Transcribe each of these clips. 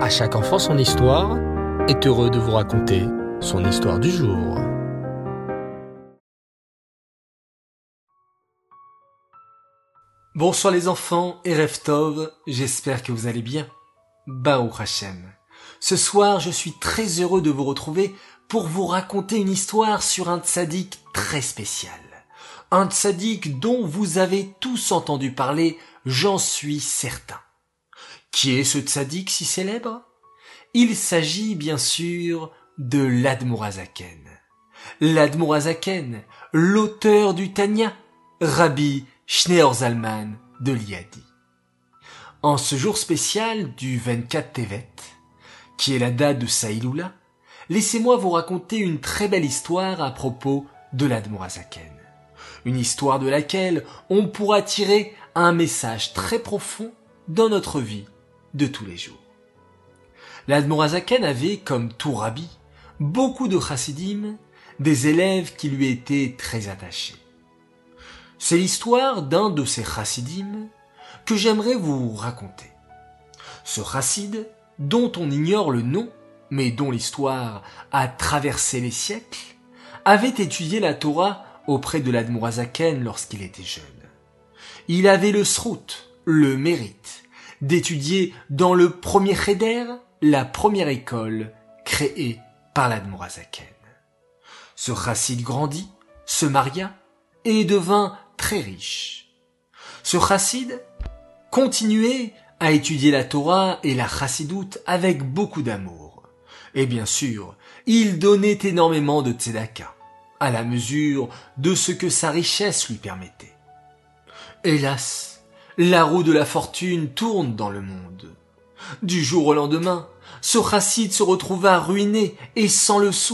À chaque enfant son histoire est heureux de vous raconter son histoire du jour. Bonsoir les enfants et Erev Tov, j'espère que vous allez bien. Baruch Hashem. Ce soir, je suis très heureux de vous retrouver pour vous raconter une histoire sur un tzaddik très spécial. Un tzaddik dont vous avez tous entendu parler, j'en suis certain. Qui est ce tzaddik si célèbre ? Il s'agit bien sûr de l'Admour HaZaken. L'Admour HaZaken, l'auteur du Tanya, Rabbi Shneor Zalman de Liadi. En ce jour spécial du 24 Tevet, qui est la date de sa Iloula, laissez-moi vous raconter une très belle histoire à propos de l'Admour HaZaken. Une histoire de laquelle on pourra tirer un message très profond dans notre vie de tous les jours. L'Admour HaZaken avait, comme tout rabbi, beaucoup de chassidim, des élèves qui lui étaient très attachés. C'est l'histoire d'un de ces chassidim que j'aimerais vous raconter. Ce chassid, dont on ignore le nom, mais dont l'histoire a traversé les siècles, avait étudié la Torah auprès de l'Admour HaZaken lorsqu'il était jeune. Il avait le srout, le mérite, d'étudier dans le premier cheder, la première école créée par l'Admour HaZaken. Ce chassid grandit, se maria et devint très riche. Ce chassid continuait à étudier la Torah et la chassidoute avec beaucoup d'amour. Et bien sûr, il donnait énormément de tzedaka, à la mesure de ce que sa richesse lui permettait. Hélas, la roue de la fortune tourne dans le monde. Du jour au lendemain, ce chassid se retrouva ruiné et sans le sou.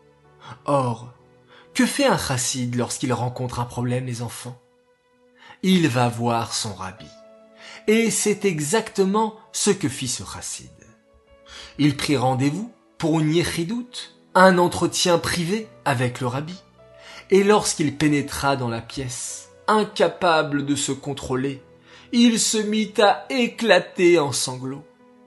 Or, que fait un chassid lorsqu'il rencontre un problème, les enfants ? Il va voir son rabbi. Et c'est exactement ce que fit ce chassid. Il prit rendez-vous pour une yechidout, un entretien privé avec le rabbi. Et lorsqu'il pénétra dans la pièce, incapable de se contrôler, il se mit à éclater en sanglots.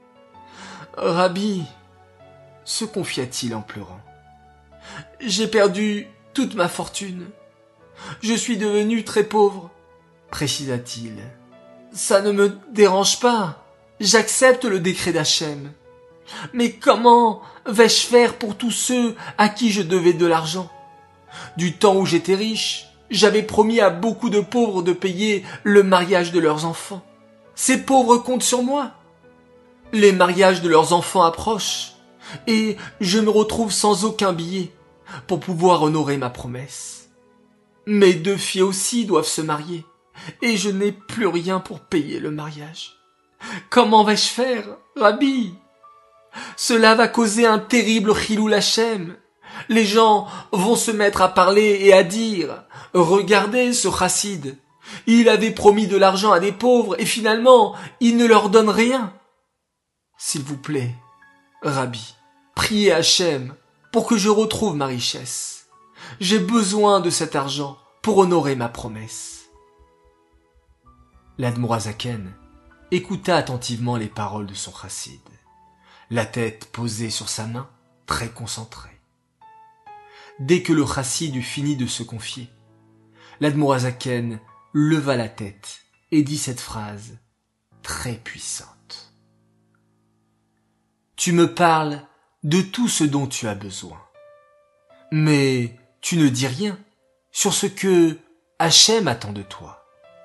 « Rabbi » se confia-t-il en pleurant. « J'ai perdu toute ma fortune. Je suis devenu très pauvre, » précisa-t-il. « Ça ne me dérange pas. J'accepte le décret d'Hachem. Mais comment vais-je faire pour tous ceux à qui je devais de l'argent ? Du temps où j'étais riche, j'avais promis à beaucoup de pauvres de payer le mariage de leurs enfants. Ces pauvres comptent sur moi. Les mariages de leurs enfants approchent, et je me retrouve sans aucun billet pour pouvoir honorer ma promesse. Mes deux filles aussi doivent se marier, et je n'ai plus rien pour payer le mariage. Comment vais-je faire, Rabbi ? Cela va causer un terrible chilul Hashem. Les gens vont se mettre à parler et à dire « Regardez ce chassid, il avait promis de l'argent à des pauvres et finalement, il ne leur donne rien. » S'il vous plaît, Rabbi, priez Hachem pour que je retrouve ma richesse. J'ai besoin de cet argent pour honorer ma promesse. L'Admour HaZaken écouta attentivement les paroles de son chassid, la tête posée sur sa main, très concentrée. Dès que le chassid eut fini de se confier, l'Admour HaZaken leva la tête et dit cette phrase très puissante. Tu me parles de tout ce dont tu as besoin. Mais tu ne dis rien sur ce que Hachem attend de toi.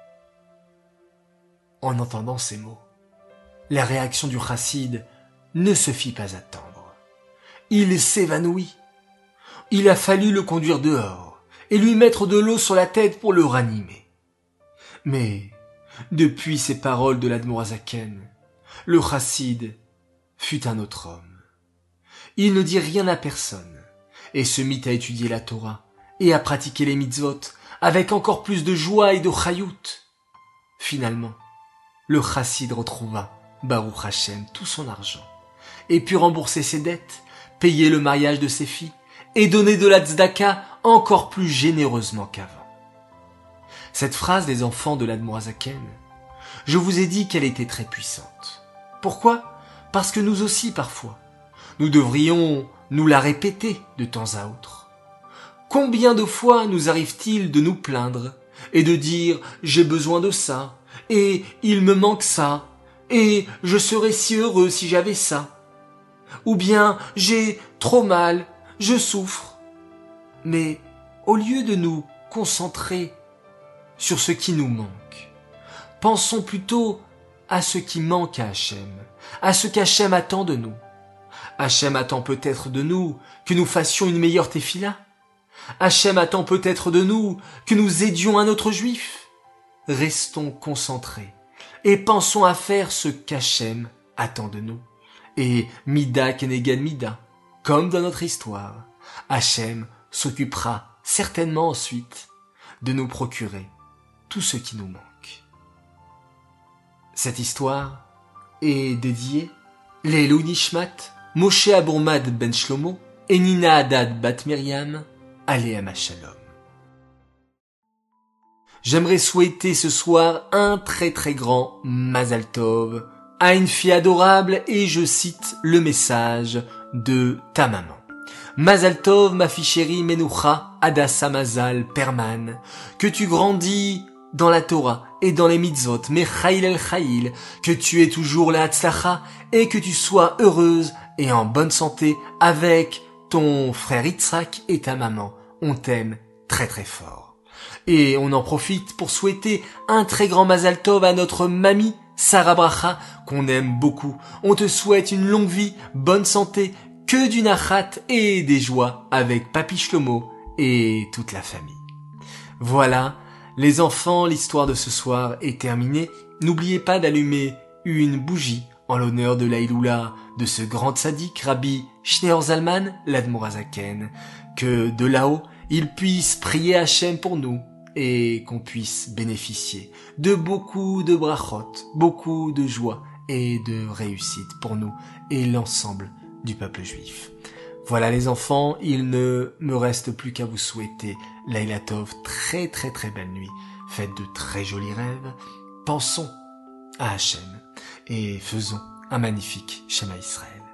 En entendant ces mots, la réaction du chassid ne se fit pas attendre. Il s'évanouit. Il a fallu le conduire dehors et lui mettre de l'eau sur la tête pour le ranimer. Mais, depuis ces paroles de l'Admour HaZaken, le chassid fut un autre homme. Il ne dit rien à personne et se mit à étudier la Torah et à pratiquer les mitzvot avec encore plus de joie et de chayout. Finalement, le chassid retrouva, Baruch Hashem, tout son argent et put rembourser ses dettes, payer le mariage de ses filles et donner de la tzedaka encore plus généreusement qu'avant. Cette phrase des enfants de l'Admour HaZaken, je vous ai dit qu'elle était très puissante. Pourquoi ? parce que nous aussi parfois, nous devrions nous la répéter de temps à autre. Combien de fois nous arrive-t-il de nous plaindre et de dire « j'ai besoin de ça » et « il me manque ça » et « je serais si heureux si j'avais ça » ou bien « j'ai trop mal, je souffre ». Mais au lieu de nous concentrer sur ce qui nous manque, pensons plutôt à ce qui manque à Hachem, à ce qu'Hachem attend de nous. Hachem attend peut-être de nous que nous fassions une meilleure tefila. Hachem attend peut-être de nous que nous aidions un autre juif. Restons concentrés et pensons à faire ce qu'Hachem attend de nous. Et Mida keneged Mida, comme dans notre histoire, Hachem s'occupera certainement ensuite de nous procurer tout ce qui nous manque. Cette histoire est dédiée Leilou Nishmat, Moshe Abourmad ben Shlomo et Nina Haddad bat Myriam, Aléama Shalom. J'aimerais souhaiter ce soir un très très grand Mazal Tov à une fille adorable et je cite le message de ta maman. Mazal Tov, ma fille chérie Menoucha, Adassa Mazal, Perman, que tu grandis dans la Torah et dans les mitzvot, Mechail el Chail, que tu aies toujours la Hatzlacha et que tu sois heureuse et en bonne santé avec ton frère Yitzhak et ta maman. On t'aime très très fort. Et on en profite pour souhaiter un très grand Mazal Tov à notre mamie Sarah Bracha, qu'on aime beaucoup. On te souhaite une longue vie, bonne santé, que du nachat et des joies avec Papi Shlomo et toute la famille. Voilà, les enfants, l'histoire de ce soir est terminée. N'oubliez pas d'allumer une bougie en l'honneur de l'Aïloula de ce grand tzaddik, Rabbi Shneor Zalman, l'Admor HaZaken, que de là-haut, il puisse prier Hachem pour nous et qu'on puisse bénéficier de beaucoup de brachot, beaucoup de joie et de réussite pour nous et l'ensemble du peuple juif. Voilà les enfants, il ne me reste plus qu'à vous souhaiter Laila Tov, très très très belle nuit, faites de très jolis rêves, pensons à Hachem et faisons un magnifique Shema Israël.